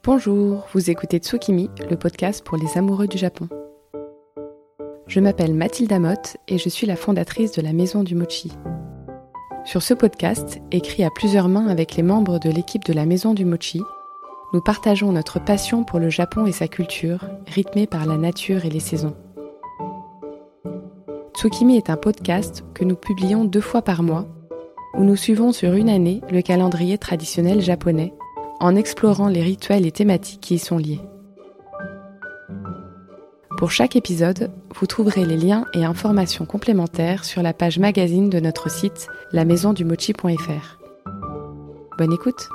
Bonjour, vous écoutez Tsukimi, le podcast pour les amoureux du Japon. Je m'appelle Mathilda Motte et je suis la fondatrice de la Maison du Mochi. Sur ce podcast, écrit à plusieurs mains avec les membres de l'équipe de la Maison du Mochi, nous partageons notre passion pour le Japon et sa culture, rythmée par la nature et les saisons. Tsukimi est un podcast que nous publions 2 fois par mois, où nous suivons sur une année le calendrier traditionnel japonais, en explorant les rituels et thématiques qui y sont liés. Pour chaque épisode, vous trouverez les liens et informations complémentaires sur la page magazine de notre site lamaisondumochi.fr. Bonne écoute!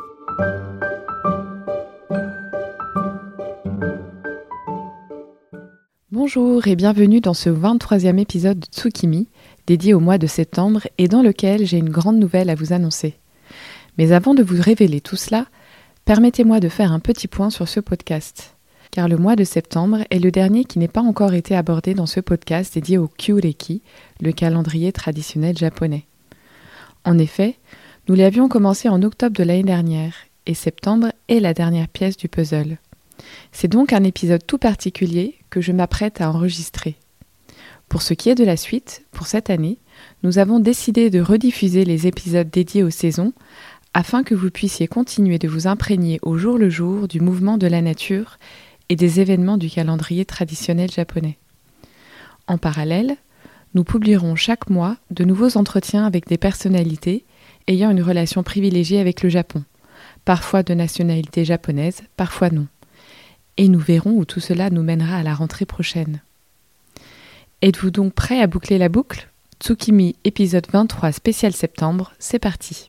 Bonjour et bienvenue dans ce 23e épisode de Tsukimi, dédié au mois de septembre et dans lequel j'ai une grande nouvelle à vous annoncer. Mais avant de vous révéler tout cela, permettez-moi de faire un petit point sur ce podcast, car le mois de septembre est le dernier qui n'ait pas encore été abordé dans ce podcast dédié au Kyureki, le calendrier traditionnel japonais. En effet, nous l'avions commencé en octobre de l'année dernière, et septembre est la dernière pièce du puzzle. C'est donc un épisode tout particulier que je m'apprête à enregistrer. Pour ce qui est de la suite, pour cette année, nous avons décidé de rediffuser les épisodes dédiés aux saisons afin que vous puissiez continuer de vous imprégner au jour le jour du mouvement de la nature et des événements du calendrier traditionnel japonais. En parallèle, nous publierons chaque mois de nouveaux entretiens avec des personnalités ayant une relation privilégiée avec le Japon, parfois de nationalité japonaise, parfois non. Et nous verrons où tout cela nous mènera à la rentrée prochaine. Êtes-vous donc prêts à boucler la boucle ? Tsukimi, épisode 23 spécial septembre, c'est parti.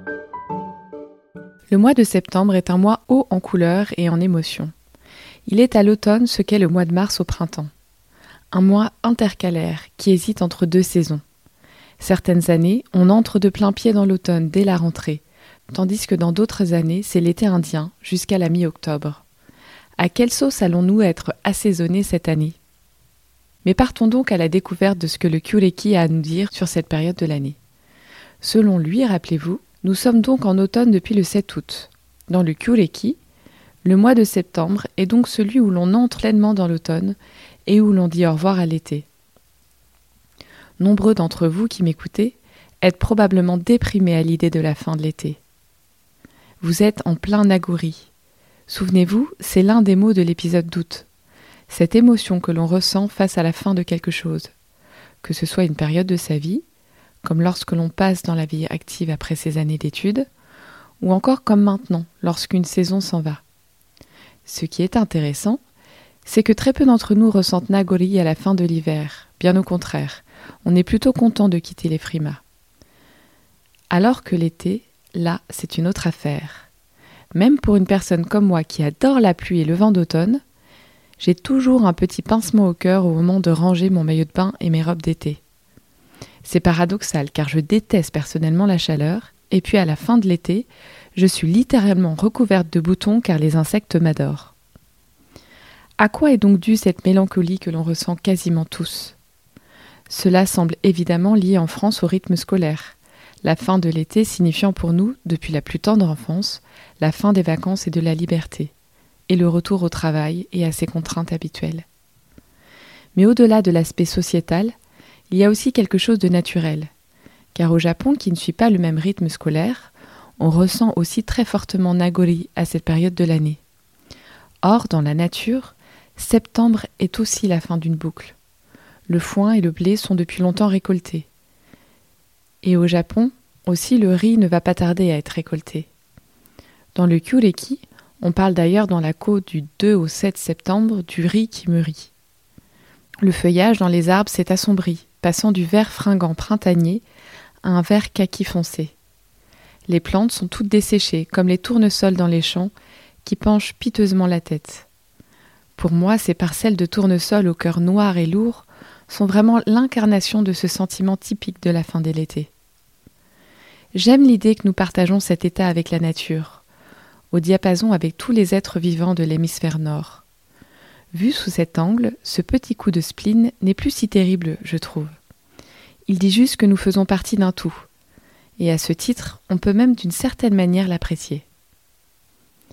Le mois de septembre est un mois haut en couleurs et en émotions. Il est à l'automne ce qu'est le mois de mars au printemps. Un mois intercalaire qui hésite entre 2 saisons. Certaines années, on entre de plein pied dans l'automne dès la rentrée, tandis que dans d'autres années, c'est l'été indien jusqu'à la mi-octobre. À quelle sauce allons-nous être assaisonnés cette année ? Mais partons donc à la découverte de ce que le Kyureki a à nous dire sur cette période de l'année. Selon lui, rappelez-vous, nous sommes donc en automne depuis le 7 août. Dans le Kyureki, le mois de septembre est donc celui où l'on entre pleinement dans l'automne et où l'on dit au revoir à l'été. Nombreux d'entre vous qui m'écoutez êtes probablement déprimés à l'idée de la fin de l'été. Vous êtes en plein nagori. Souvenez-vous, c'est l'un des mots de l'épisode d'août. Cette émotion que l'on ressent face à la fin de quelque chose. Que ce soit une période de sa vie, comme lorsque l'on passe dans la vie active après ses années d'études, ou encore comme maintenant, lorsqu'une saison s'en va. Ce qui est intéressant, c'est que très peu d'entre nous ressentent nagori à la fin de l'hiver. Bien au contraire, on est plutôt content de quitter les frimas. Alors que l'été, là, c'est une autre affaire. Même pour une personne comme moi qui adore la pluie et le vent d'automne, j'ai toujours un petit pincement au cœur au moment de ranger mon maillot de bain et mes robes d'été. C'est paradoxal car je déteste personnellement la chaleur et puis à la fin de l'été, je suis littéralement recouverte de boutons car les insectes m'adorent. À quoi est donc due cette mélancolie que l'on ressent quasiment tous ? Cela semble évidemment lié en France au rythme scolaire, la fin de l'été signifiant pour nous, depuis la plus tendre enfance, la fin des vacances et de la liberté, et le retour au travail et à ses contraintes habituelles. Mais au-delà de l'aspect sociétal, il y a aussi quelque chose de naturel, car au Japon, qui ne suit pas le même rythme scolaire, on ressent aussi très fortement nagori à cette période de l'année. Or, dans la nature, septembre est aussi la fin d'une boucle. Le foin et le blé sont depuis longtemps récoltés. Et au Japon, aussi le riz ne va pas tarder à être récolté. Dans le Kyureki, on parle d'ailleurs dans la Ko du 2 au 7 septembre du riz qui mûrit. Le feuillage dans les arbres s'est assombri, passant du vert fringant printanier à un vert kaki foncé. Les plantes sont toutes desséchées, comme les tournesols dans les champs, qui penchent piteusement la tête. Pour moi, ces parcelles de tournesol au cœur noir et lourd sont vraiment l'incarnation de ce sentiment typique de la fin de l'été. J'aime l'idée que nous partageons cet état avec la nature, au diapason avec tous les êtres vivants de l'hémisphère nord. Vu sous cet angle, ce petit coup de spleen n'est plus si terrible, je trouve. Il dit juste que nous faisons partie d'un tout. Et à ce titre, on peut même d'une certaine manière l'apprécier.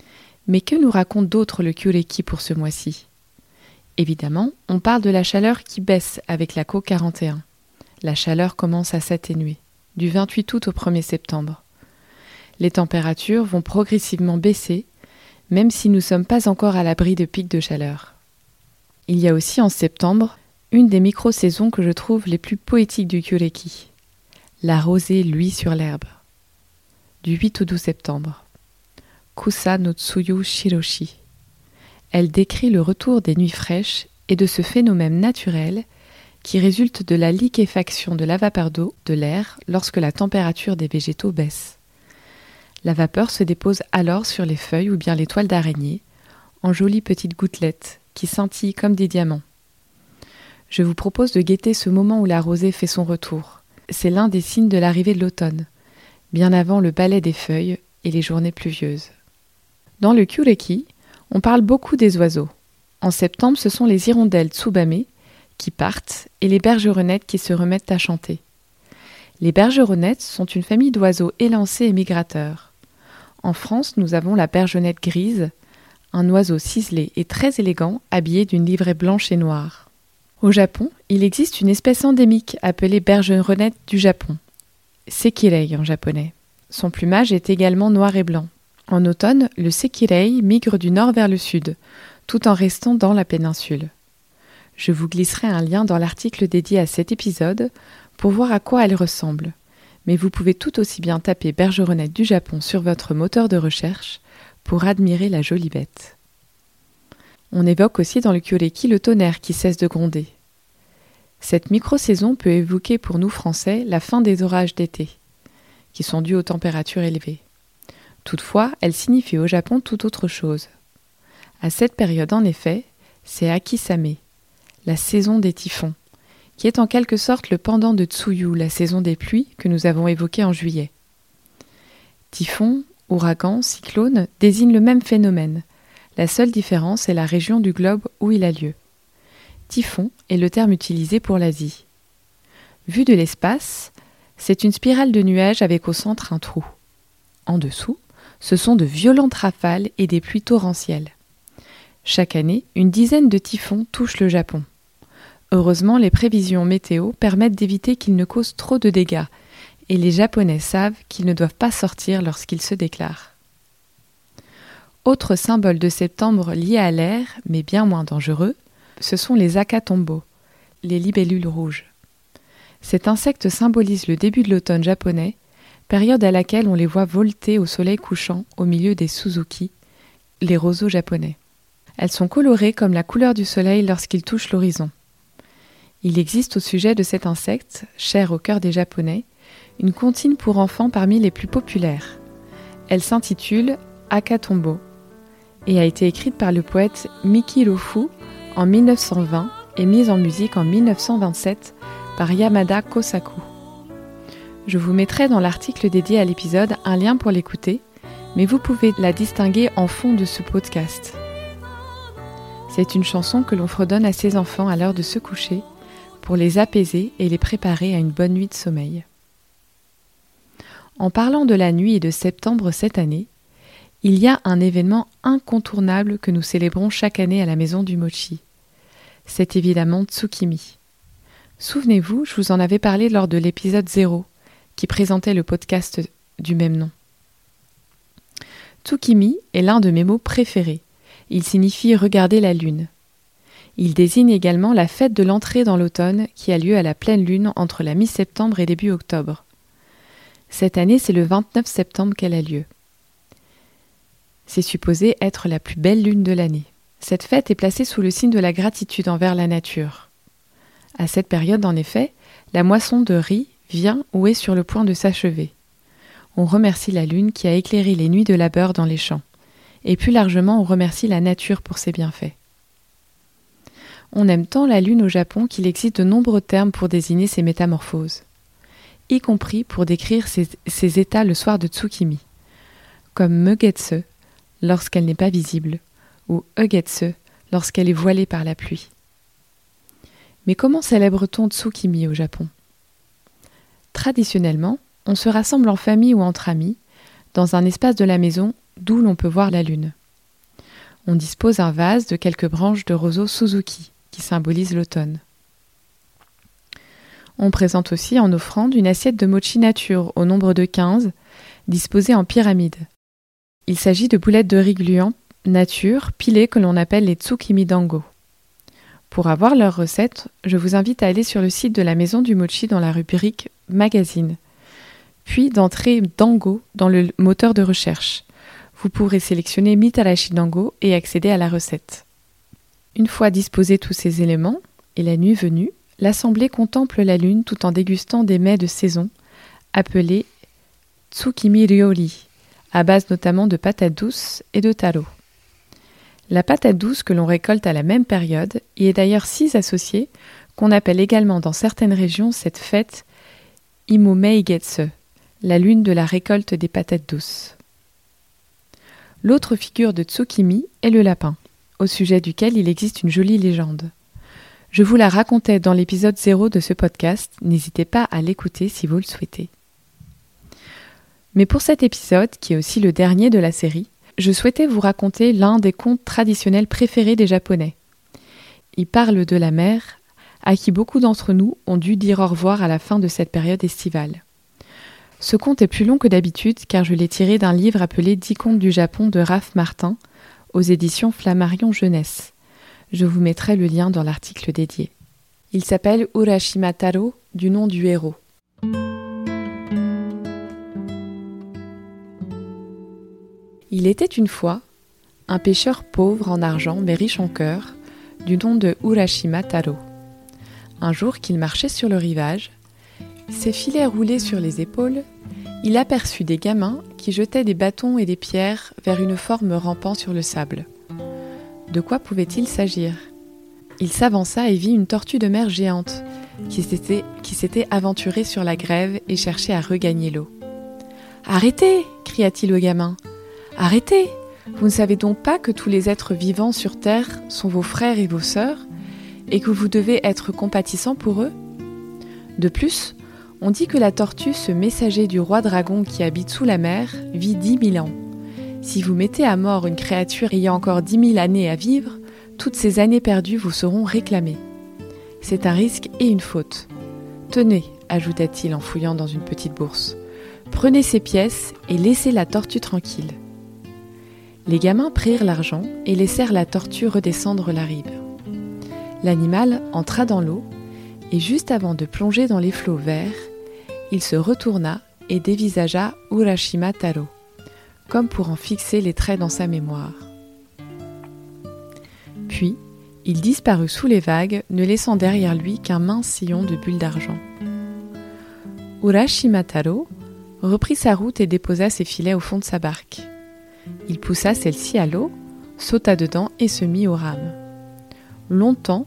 Mais que nous raconte d'autre le Kyoreki pour ce mois-ci ? Évidemment, on parle de la chaleur qui baisse avec la COP41. La chaleur commence à s'atténuer, du 28 août au 1er septembre. Les températures vont progressivement baisser, même si nous ne sommes pas encore à l'abri de pics de chaleur. Il y a aussi en septembre une des micro-saisons que je trouve les plus poétiques du Kyoreki. La rosée luit sur l'herbe. Du 8 au 12 septembre. Kusa no Tsuyu Shiroshi. Elle décrit le retour des nuits fraîches et de ce phénomène naturel qui résulte de la liquéfaction de la vapeur d'eau de l'air lorsque la température des végétaux baisse. La vapeur se dépose alors sur les feuilles ou bien les toiles d'araignée, en jolies petites gouttelettes qui scintillent comme des diamants. Je vous propose de guetter ce moment où la rosée fait son retour. C'est l'un des signes de l'arrivée de l'automne, bien avant le balai des feuilles et les journées pluvieuses. Dans le Kyoreki, on parle beaucoup des oiseaux. En septembre, ce sont les hirondelles tsubame qui partent et les bergeronnettes qui se remettent à chanter. Les bergeronnettes sont une famille d'oiseaux élancés et migrateurs. En France, nous avons la bergeronnette grise, un oiseau ciselé et très élégant habillé d'une livrée blanche et noire. Au Japon, il existe une espèce endémique appelée bergeronnette du Japon, sekirei en japonais. Son plumage est également noir et blanc. En automne, le sekirei migre du nord vers le sud, tout en restant dans la péninsule. Je vous glisserai un lien dans l'article dédié à cet épisode pour voir à quoi elle ressemble, mais vous pouvez tout aussi bien taper bergeronnette du Japon sur votre moteur de recherche pour admirer la jolie bête. On évoque aussi dans le Kyoreki le tonnerre qui cesse de gronder. Cette micro-saison peut évoquer pour nous Français la fin des orages d'été, qui sont dus aux températures élevées. Toutefois, elle signifie au Japon tout autre chose. À cette période, en effet, c'est Akisame, la saison des typhons, qui est en quelque sorte le pendant de Tsuyu, la saison des pluies que nous avons évoquée en juillet. Typhon, ouragan, cyclone désignent le même phénomène. La seule différence est la région du globe où il a lieu. Typhon est le terme utilisé pour l'Asie. Vu de l'espace, c'est une spirale de nuages avec au centre un trou. En dessous, ce sont de violentes rafales et des pluies torrentielles. Chaque année, une dizaine de typhons touchent le Japon. Heureusement, les prévisions météo permettent d'éviter qu'ils ne causent trop de dégâts, et les Japonais savent qu'ils ne doivent pas sortir lorsqu'ils se déclarent. Autre symbole de septembre lié à l'air, mais bien moins dangereux, ce sont les akatombo, les libellules rouges. Cet insecte symbolise le début de l'automne japonais, période à laquelle on les voit volter au soleil couchant au milieu des suzuki, les roseaux japonais. Elles sont colorées comme la couleur du soleil lorsqu'il touche l'horizon. Il existe au sujet de cet insecte, cher au cœur des Japonais, une comptine pour enfants parmi les plus populaires. Elle s'intitule Akatombo et a été écrite par le poète Miki Rofu en 1920 et mise en musique en 1927 par Yamada Kosaku. Je vous mettrai dans l'article dédié à l'épisode un lien pour l'écouter, mais vous pouvez la distinguer en fond de ce podcast. C'est une chanson que l'on fredonne à ses enfants à l'heure de se coucher pour les apaiser et les préparer à une bonne nuit de sommeil. En parlant de la nuit et de septembre cette année, il y a un événement incontournable que nous célébrons chaque année à la maison du mochi. C'est évidemment Tsukimi. Souvenez-vous, je vous en avais parlé lors de l'épisode 0, qui présentait le podcast du même nom. Tsukimi est l'un de mes mots préférés. Il signifie « regarder la lune ». Il désigne également la fête de l'entrée dans l'automne qui a lieu à la pleine lune entre la mi-septembre et début octobre. Cette année, c'est le 29 septembre qu'elle a lieu. C'est supposé être la plus belle lune de l'année. Cette fête est placée sous le signe de la gratitude envers la nature. À cette période, en effet, la moisson de riz vient ou est sur le point de s'achever. On remercie la lune qui a éclairé les nuits de labeur dans les champs. Et plus largement, on remercie la nature pour ses bienfaits. On aime tant la lune au Japon qu'il existe de nombreux termes pour désigner ses métamorphoses, y compris pour décrire ses états le soir de Tsukimi, comme Megetsu, lorsqu'elle n'est pas visible, ou Eugetsu, lorsqu'elle est voilée par la pluie. Mais comment célèbre-t-on Tsukimi au Japon ? Traditionnellement, on se rassemble en famille ou entre amis, dans un espace de la maison d'où l'on peut voir la lune. On dispose un vase de quelques branches de roseau Suzuki, qui symbolise l'automne. On présente aussi en offrande une assiette de mochi nature au nombre de 15, disposée en pyramide. Il s'agit de boulettes de riz gluant nature pilées que l'on appelle les tsukimi dango. Pour avoir leur recette, je vous invite à aller sur le site de la Maison du Mochi dans la rubrique Magazine, puis d'entrer Dango dans le moteur de recherche. Vous pourrez sélectionner Mitarashi Dango et accéder à la recette. Une fois disposés tous ces éléments, et la nuit venue, l'assemblée contemple la lune tout en dégustant des mets de saison appelés tsukimi ryori, à base notamment de patates douces et de taro. La patate douce que l'on récolte à la même période y est d'ailleurs si associée qu'on appelle également dans certaines régions cette fête Imomeigetsu, la lune de la récolte des patates douces. L'autre figure de Tsukimi est le lapin, au sujet duquel il existe une jolie légende. Je vous la racontais dans l'épisode 0 de ce podcast, n'hésitez pas à l'écouter si vous le souhaitez. Mais pour cet épisode, qui est aussi le dernier de la série, je souhaitais vous raconter l'un des contes traditionnels préférés des Japonais. Il parle de la mer, à qui beaucoup d'entre nous ont dû dire au revoir à la fin de cette période estivale. Ce conte est plus long que d'habitude car je l'ai tiré d'un livre appelé 10 contes du Japon de Raph Martin, aux éditions Flammarion Jeunesse. Je vous mettrai le lien dans l'article dédié. Il s'appelle Urashima Taro, du nom du héros. Il était une fois un pêcheur pauvre en argent mais riche en cœur, du nom de Urashima Taro. Un jour qu'il marchait sur le rivage, ses filets roulés sur les épaules, il aperçut des gamins qui jetaient des bâtons et des pierres vers une forme rampant sur le sable. De quoi pouvait-il s'agir ? Il s'avança et vit une tortue de mer géante qui s'était aventurée sur la grève et cherchait à regagner l'eau. « Arrêtez !» cria-t-il au gamin. « Arrêtez ! Vous ne savez donc pas que tous les êtres vivants sur Terre sont vos frères et vos sœurs, et que vous devez être compatissants pour eux ? De plus, on dit que la tortue, ce messager du roi dragon qui habite sous la mer, vit 10 000 ans. Si vous mettez à mort une créature ayant encore 10 000 années à vivre, toutes ces années perdues vous seront réclamées. C'est un risque et une faute. Tenez, ajouta-t-il en fouillant dans une petite bourse, prenez ces pièces et laissez la tortue tranquille. Les gamins prirent l'argent et laissèrent la tortue redescendre la rive. L'animal entra dans l'eau et juste avant de plonger dans les flots verts, il se retourna et dévisagea Urashima Taro, comme pour en fixer les traits dans sa mémoire. Puis, il disparut sous les vagues, ne laissant derrière lui qu'un mince sillon de bulles d'argent. Urashima Taro reprit sa route et déposa ses filets au fond de sa barque. Il poussa celle-ci à l'eau, sauta dedans et se mit aux rames. Longtemps,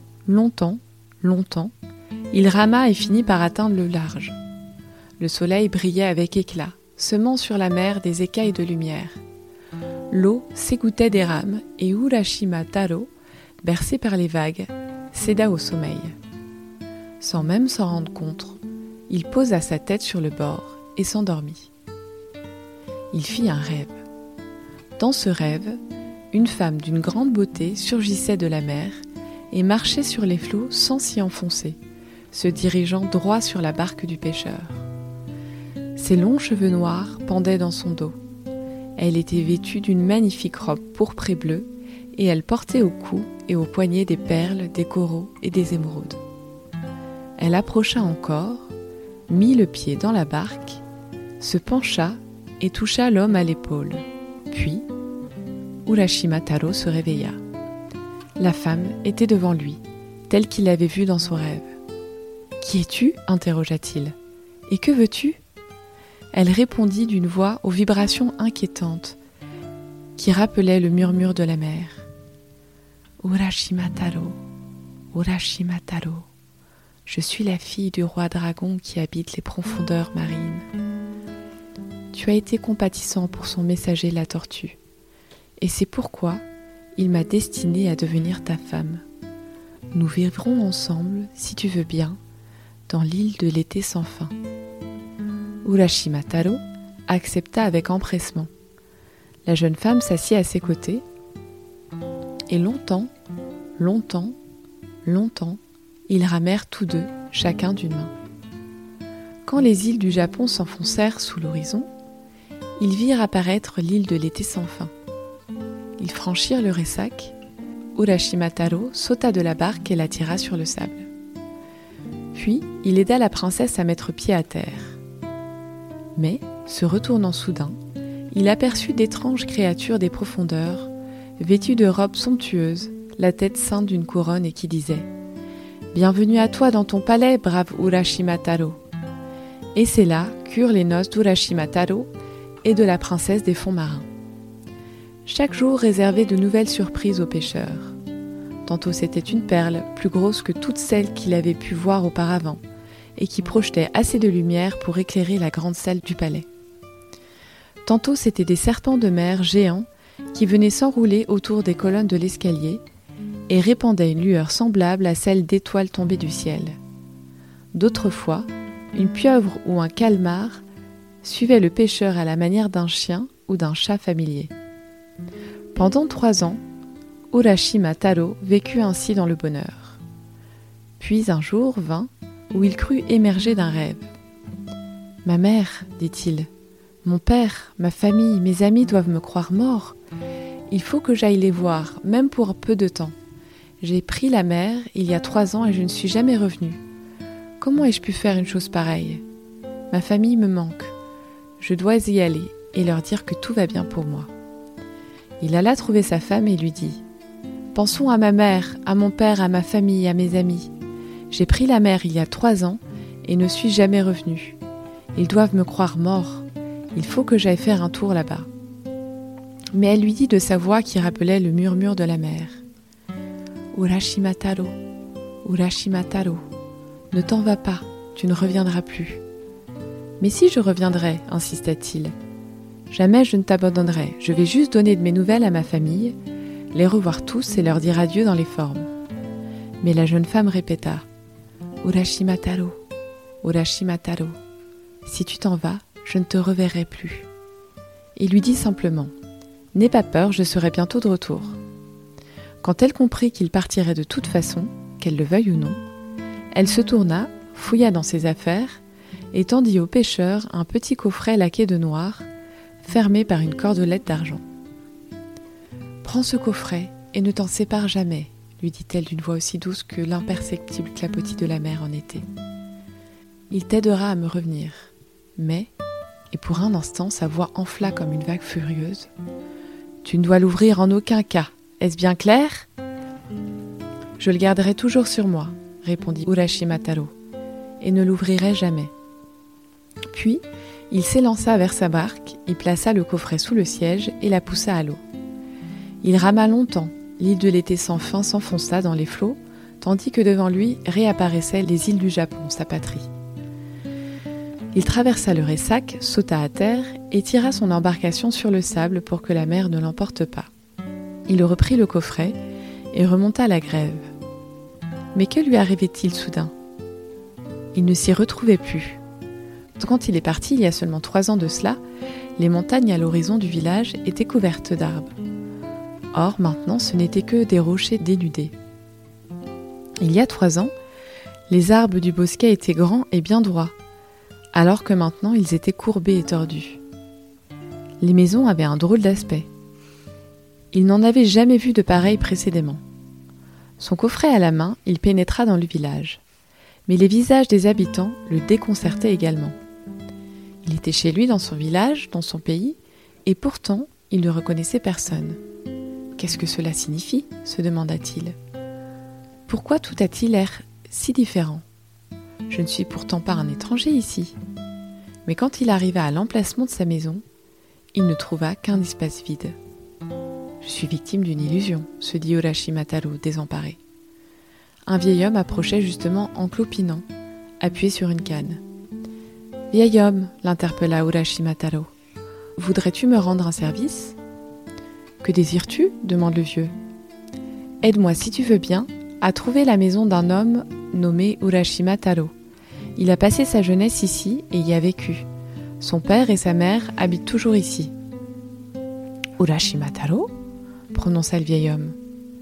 il rama et finit par atteindre le large. Le soleil brillait avec éclat, semant sur la mer des écailles de lumière. L'eau s'égouttait des rames et Urashima Taro, bercé par les vagues, céda au sommeil. Sans même s'en rendre compte, il posa sa tête sur le bord et s'endormit. Il fit un rêve. Dans ce rêve, une femme d'une grande beauté surgissait de la mer et marchait sur les flots sans s'y enfoncer, se dirigeant droit sur la barque du pêcheur. Ses longs cheveux noirs pendaient dans son dos. Elle était vêtue d'une magnifique robe pourpre et bleue et elle portait au cou et aux poignets des perles, des coraux et des émeraudes. Elle approcha encore, mit le pied dans la barque, se pencha et toucha l'homme à l'épaule. Puis, Urashima Taro se réveilla. La femme était devant lui, telle qu'il l'avait vue dans son rêve. « Qui es-tu » interrogea-t-il. « Et que veux-tu » Elle répondit d'une voix aux vibrations inquiétantes qui rappelaient le murmure de la mer. « Urashima Taro, je suis la fille du roi dragon qui habite les profondeurs marines. Tu as été compatissant pour son messager la tortue, et c'est pourquoi il m'a destinée à devenir ta femme. Nous vivrons ensemble, si tu veux bien, dans l'île de l'été sans fin. » Urashima Taro accepta avec empressement. La jeune femme s'assit à ses côtés. Et longtemps, longtemps, longtemps, ils ramèrent tous deux, chacun d'une main. Quand les îles du Japon s'enfoncèrent sous l'horizon, ils virent apparaître l'île de l'été sans fin. Ils franchirent le ressac. Urashima Taro sauta de la barque et la tira sur le sable. Puis, il aida la princesse à mettre pied à terre. Mais, se retournant soudain, il aperçut d'étranges créatures des profondeurs, vêtues de robes somptueuses, la tête ceinte d'une couronne et qui disaient « Bienvenue à toi dans ton palais, brave Urashima Taro !» Et c'est là qu'eurent les noces d'Urashima Taro et de la princesse des fonds marins. Chaque jour réservait de nouvelles surprises aux pêcheurs. Tantôt c'était une perle, plus grosse que toutes celles qu'il avait pu voir auparavant, et qui projetait assez de lumière pour éclairer la grande salle du palais. Tantôt c'étaient des serpents de mer géants qui venaient s'enrouler autour des colonnes de l'escalier et répandaient une lueur semblable à celle d'étoiles tombées du ciel. D'autres fois, une pieuvre ou un calmar suivait le pêcheur à la manière d'un chien ou d'un chat familier. Pendant 3 ans, Urashima Taro vécut ainsi dans le bonheur. Puis un jour vint où il crut émerger d'un rêve. « Ma mère, dit-il, mon père, ma famille, mes amis doivent me croire mort. Il faut que j'aille les voir, même pour peu de temps. J'ai pris la mer il y a 3 ans et je ne suis jamais revenu. Comment ai-je pu faire une chose pareille ? Ma famille me manque. Je dois y aller et leur dire que tout va bien pour moi. » Il alla trouver sa femme et lui dit « Pensons à ma mère, à mon père, à ma famille, à mes amis. J'ai pris la mer il y a 3 ans et ne suis jamais revenu. Ils doivent me croire mort. Il faut que j'aille faire un tour là-bas. » Mais elle lui dit de sa voix qui rappelait le murmure de la mer « Urashima Taro, Urashima Taro, ne t'en vas pas, tu ne reviendras plus. »« Mais si je reviendrai, insista-t-il. Jamais je ne t'abandonnerai, je vais juste donner de mes nouvelles à ma famille, les revoir tous et leur dire adieu dans les formes. » Mais la jeune femme répéta « Urashima Taro, Urashima Taro, si tu t'en vas, je ne te reverrai plus. » Il lui dit simplement « N'aie pas peur, je serai bientôt de retour. » Quand elle comprit qu'il partirait de toute façon, qu'elle le veuille ou non, elle se tourna, fouilla dans ses affaires et tendit au pêcheur un petit coffret laqué de noir, fermé par une cordelette d'argent. « Prends ce coffret et ne t'en sépare jamais, » lui dit-elle d'une voix aussi douce que l'imperceptible clapotis de la mer en été. « Il t'aidera à me revenir. Mais, et pour un instant sa voix enfla comme une vague furieuse, tu ne dois l'ouvrir en aucun cas, est-ce bien clair ? » « Je le garderai toujours sur moi, » répondit Urashima Taro, et ne l'ouvrirai jamais. Puis, il s'élança vers sa barque, y plaça le coffret sous le siège et la poussa à l'eau. Il rama longtemps, l'île de l'été sans fin s'enfonça dans les flots, tandis que devant lui réapparaissaient les îles du Japon, sa patrie. Il traversa le ressac, sauta à terre et tira son embarcation sur le sable pour que la mer ne l'emporte pas. Il reprit le coffret et remonta la grève. Mais que lui arrivait-il soudain ? Il ne s'y retrouvait plus. Quand il est parti il y a seulement 3 ans de cela, les montagnes à l'horizon du village étaient couvertes d'arbres. Or, maintenant, ce n'étaient que des rochers dénudés. Il y a 3 ans, les arbres du bosquet étaient grands et bien droits, alors que maintenant ils étaient courbés et tordus. Les maisons avaient un drôle d'aspect. Il n'en avait jamais vu de pareil précédemment. Son coffret à la main, il pénétra dans le village. Mais les visages des habitants le déconcertaient également. Il était chez lui dans son village, dans son pays, et pourtant il ne reconnaissait personne. « Qu'est-ce que cela signifie ?» se demanda-t-il. « Pourquoi tout a-t-il l'air si différent ? Je ne suis pourtant pas un étranger ici. » Mais quand il arriva à l'emplacement de sa maison, il ne trouva qu'un espace vide. « Je suis victime d'une illusion », se dit Urashima Taro, désemparé. Un vieil homme approchait justement en clopinant, appuyé sur une canne. « Vieil homme, l'interpella Urashima Taro, voudrais-tu me rendre un service ? » « Que désires-tu ? demande le vieux. « Aide-moi, si tu veux bien, à trouver la maison d'un homme nommé Urashima Taro. Il a passé sa jeunesse ici et y a vécu. Son père et sa mère habitent toujours ici. »« Urashima Taro » prononça le vieil homme.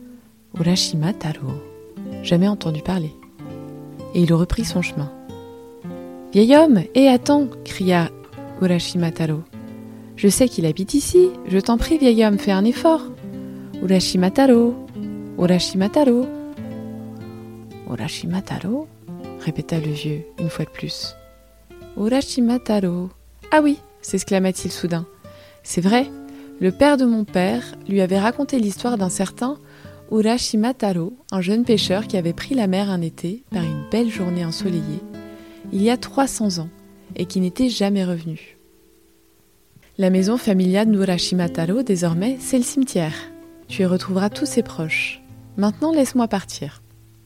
Urashima Taro. Jamais entendu parler. Et il reprit son chemin. Vieil homme, attends, cria Urashima Taro. Je sais qu'il habite ici, je t'en prie, vieil homme, fais un effort. Urashima Taro, Urashima Taro. Urashima Taro, répéta le vieux, une fois de plus. Urashima Taro. Ah oui, s'exclama-t-il soudain. C'est vrai, le père de mon père lui avait raconté l'histoire d'un certain Urashima Taro, un jeune pêcheur qui avait pris la mer un été par une belle journée ensoleillée, il y a 300 ans, et qui n'était jamais revenu. La maison familiale d'Urashima Taro, désormais, c'est le cimetière. Tu y retrouveras tous ses proches. Maintenant, laisse-moi partir.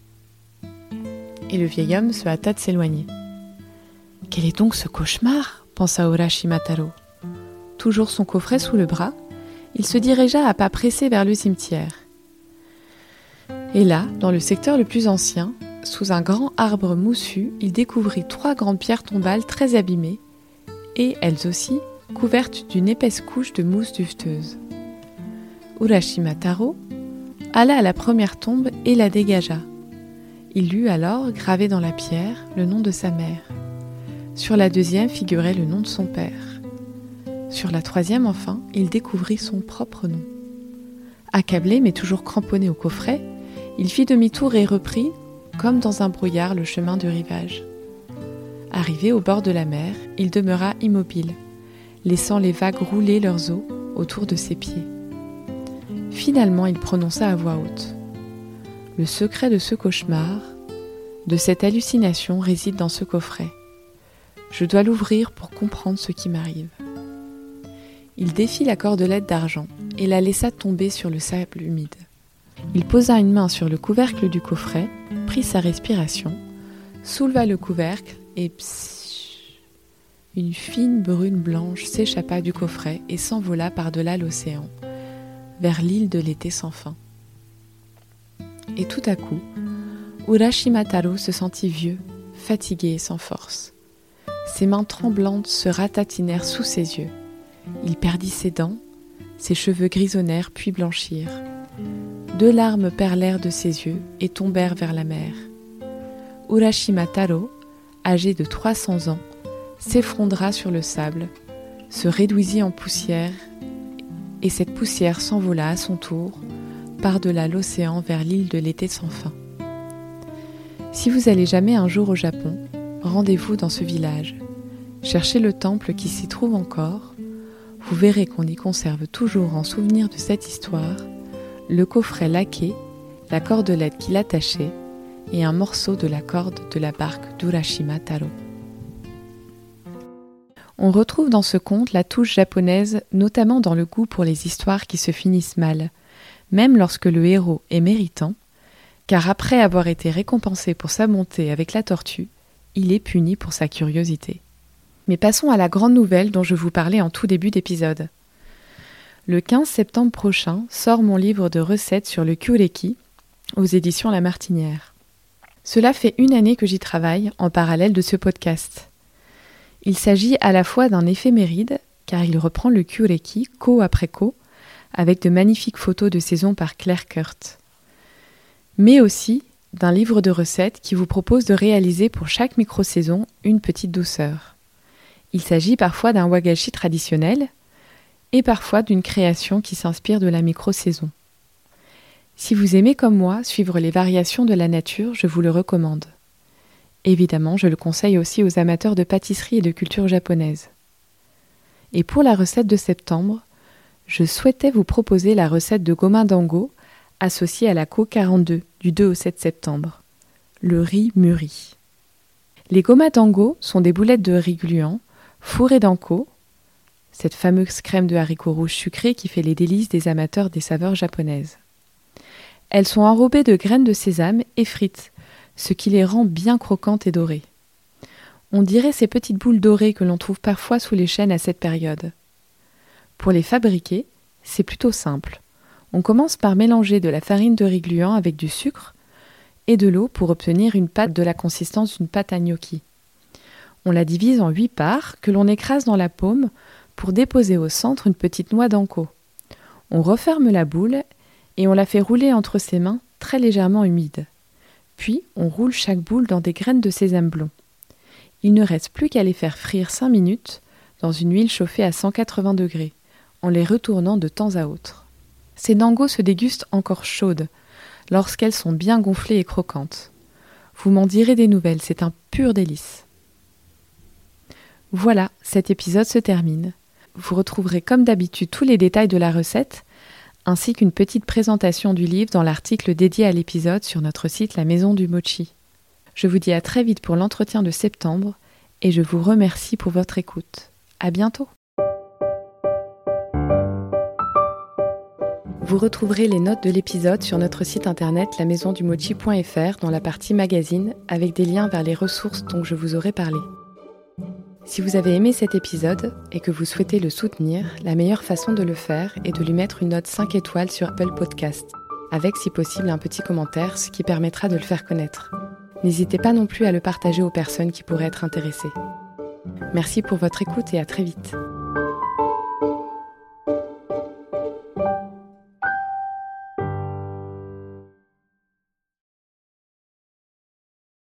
Et le vieil homme se hâta de s'éloigner. Quel est donc ce cauchemar ? Pensa Urashima Taro. Toujours son coffret sous le bras, il se dirigea à pas pressés vers le cimetière. Et là, dans le secteur le plus ancien, sous un grand arbre moussu, il découvrit 3 grandes pierres tombales très abîmées, et elles aussi couvertes d'une épaisse couche de mousse duveteuse. Urashima Taro alla à la première tombe et la dégagea. Il lut alors, gravé dans la pierre, le nom de sa mère. Sur la deuxième figurait le nom de son père. Sur la troisième, enfin, il découvrit son propre nom. Accablé mais toujours cramponné au coffret, il fit demi-tour et reprit, comme dans un brouillard, le chemin du rivage. Arrivé au bord de la mer, il demeura immobile, laissant les vagues rouler leurs eaux autour de ses pieds. Finalement, il prononça à voix haute. Le secret de ce cauchemar, de cette hallucination réside dans ce coffret. Je dois l'ouvrir pour comprendre ce qui m'arrive. Il défit la cordelette d'argent et la laissa tomber sur le sable humide. Il posa une main sur le couvercle du coffret, prit sa respiration, souleva le couvercle et pssst, une fine brune blanche s'échappa du coffret et s'envola par-delà l'océan, vers l'île de l'été sans fin. Et tout à coup, Urashima Taro se sentit vieux, fatigué et sans force. Ses mains tremblantes se ratatinèrent sous ses yeux. Il perdit ses dents, ses cheveux grisonnèrent puis blanchirent. 2 larmes perlèrent de ses yeux et tombèrent vers la mer. Urashima Taro, âgé de 300 ans, s'effondra sur le sable, se réduisit en poussière, et cette poussière s'envola à son tour, par-delà l'océan vers l'île de l'été sans fin. Si vous allez jamais un jour au Japon, rendez-vous dans ce village. Cherchez le temple qui s'y trouve encore. Vous verrez qu'on y conserve toujours en souvenir de cette histoire le coffret laqué, la cordelette qui l'attachait et un morceau de la corde de la barque d'Urashima Taro. On retrouve dans ce conte la touche japonaise, notamment dans le goût pour les histoires qui se finissent mal, même lorsque le héros est méritant, car après avoir été récompensé pour sa bonté avec la tortue, il est puni pour sa curiosité. Mais passons à la grande nouvelle dont je vous parlais en tout début d'épisode. Le 15 septembre prochain sort mon livre de recettes sur le Kyureki aux éditions La Martinière. Cela fait 1 année que j'y travaille en parallèle de ce podcast. Il s'agit à la fois d'un éphéméride, car il reprend le Kyureki ko après ko, avec de magnifiques photos de saison par Claire Kurt, mais aussi d'un livre de recettes qui vous propose de réaliser pour chaque micro-saison une petite douceur. Il s'agit parfois d'un wagashi traditionnel et parfois d'une création qui s'inspire de la micro-saison. Si vous aimez comme moi suivre les variations de la nature, je vous le recommande. Évidemment, je le conseille aussi aux amateurs de pâtisserie et de culture japonaise. Et pour la recette de septembre, je souhaitais vous proposer la recette de gomin dango associée à la Ko 42 du 2 au 7 septembre, le riz mûri. Les gomas dango sont des boulettes de riz gluant fourrées d'anko, cette fameuse crème de haricots rouges sucrés qui fait les délices des amateurs des saveurs japonaises. Elles sont enrobées de graines de sésame et frites, ce qui les rend bien croquantes et dorées. On dirait ces petites boules dorées que l'on trouve parfois sous les chênes à cette période. Pour les fabriquer, c'est plutôt simple. On commence par mélanger de la farine de riz gluant avec du sucre et de l'eau pour obtenir une pâte de la consistance d'une pâte à gnocchi. On la divise en 8 parts que l'on écrase dans la paume pour déposer au centre une petite noix d'anko. On referme la boule et on la fait rouler entre ses mains très légèrement humide. Puis, on roule chaque boule dans des graines de sésame blond. Il ne reste plus qu'à les faire frire 5 minutes dans une huile chauffée à 180 degrés, en les retournant de temps à autre. Ces dangos se dégustent encore chaudes, lorsqu'elles sont bien gonflées et croquantes. Vous m'en direz des nouvelles, c'est un pur délice. Voilà, cet épisode se termine. Vous retrouverez comme d'habitude tous les détails de la recette, ainsi qu'une petite présentation du livre dans l'article dédié à l'épisode sur notre site La Maison du Mochi. Je vous dis à très vite pour l'entretien de septembre et je vous remercie pour votre écoute. À bientôt. Vous retrouverez les notes de l'épisode sur notre site internet lamaisondumochi.fr dans la partie magazine avec des liens vers les ressources dont je vous aurai parlé. Si vous avez aimé cet épisode et que vous souhaitez le soutenir, la meilleure façon de le faire est de lui mettre une note 5 étoiles sur Apple Podcast, avec si possible un petit commentaire, ce qui permettra de le faire connaître. N'hésitez pas non plus à le partager aux personnes qui pourraient être intéressées. Merci pour votre écoute et à très vite.